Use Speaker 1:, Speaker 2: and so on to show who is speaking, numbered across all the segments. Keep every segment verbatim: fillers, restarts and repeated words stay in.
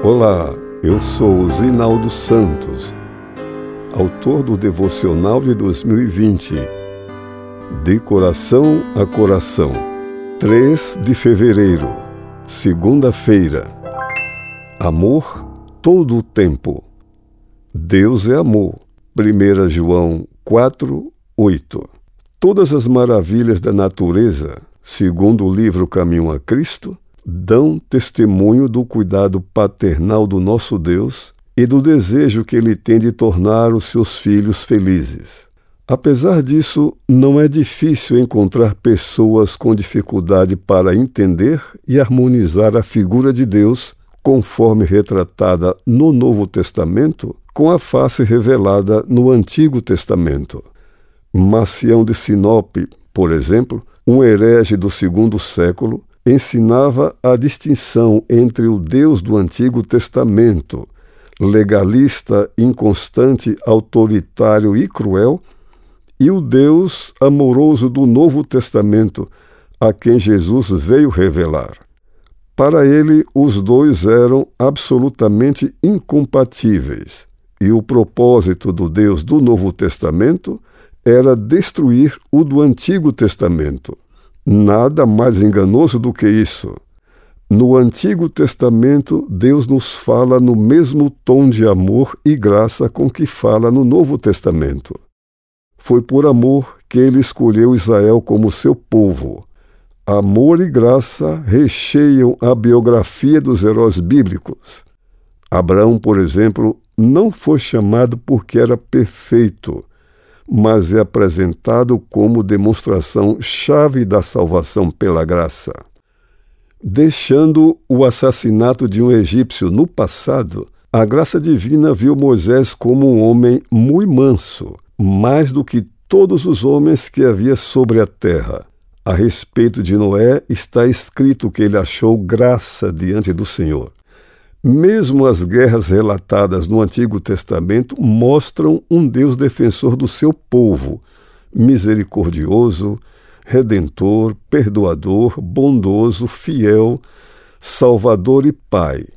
Speaker 1: Olá, eu sou Zinaldo Santos, autor do Devocional de dois mil e vinte, De Coração a Coração, três de fevereiro, segunda-feira. Amor todo o tempo. Deus é amor. primeira João quatro, oito. Todas as maravilhas da natureza, segundo o livro Caminho a Cristo, dão testemunho do cuidado paternal do nosso Deus e do desejo que Ele tem de tornar os seus filhos felizes. Apesar disso, não é difícil encontrar pessoas com dificuldade para entender e harmonizar a figura de Deus, conforme retratada no Novo Testamento, com a face revelada no Antigo Testamento. Marcião de Sinope, por exemplo, um herege do segundo século, ensinava a distinção entre o Deus do Antigo Testamento, legalista, inconstante, autoritário e cruel, e o Deus amoroso do Novo Testamento, a quem Jesus veio revelar. Para ele, os dois eram absolutamente incompatíveis, e o propósito do Deus do Novo Testamento era destruir o do Antigo Testamento. Nada mais enganoso do que isso. No Antigo Testamento, Deus nos fala no mesmo tom de amor e graça com que fala no Novo Testamento. Foi por amor que ele escolheu Israel como seu povo. Amor e graça recheiam a biografia dos heróis bíblicos. Abraão, por exemplo, não foi chamado porque era perfeito, mas é apresentado como demonstração chave da salvação pela graça. Deixando o assassinato de um egípcio no passado, a graça divina viu Moisés como um homem muito manso, mais do que todos os homens que havia sobre a terra. A respeito de Noé, está escrito que ele achou graça diante do Senhor. Mesmo as guerras relatadas no Antigo Testamento mostram um Deus defensor do seu povo, misericordioso, redentor, perdoador, bondoso, fiel, salvador e pai.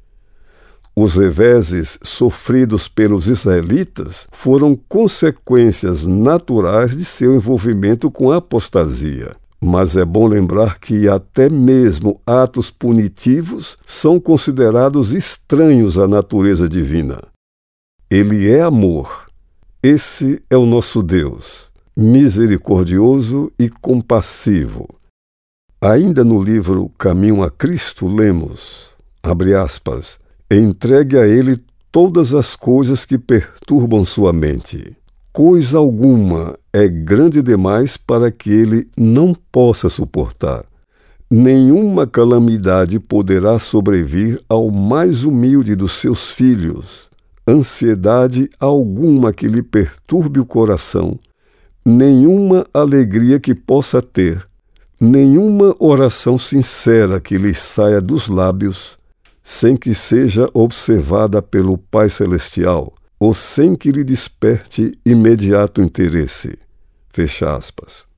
Speaker 1: Os reveses sofridos pelos israelitas foram consequências naturais de seu envolvimento com a apostasia. Mas é bom lembrar que até mesmo atos punitivos são considerados estranhos à natureza divina. Ele é amor. Esse é o nosso Deus, misericordioso e compassivo. Ainda no livro Caminho a Cristo, lemos, abre aspas, entregue a ele todas as coisas que perturbam sua mente. Coisa alguma é grande demais para que ele não possa suportar. Nenhuma calamidade poderá sobrevir ao mais humilde dos seus filhos. Ansiedade alguma que lhe perturbe o coração. Nenhuma alegria que possa ter. Nenhuma oração sincera que lhe saia dos lábios, sem que seja observada pelo Pai Celestial, ou sem que lhe desperte imediato interesse. Fecha aspas.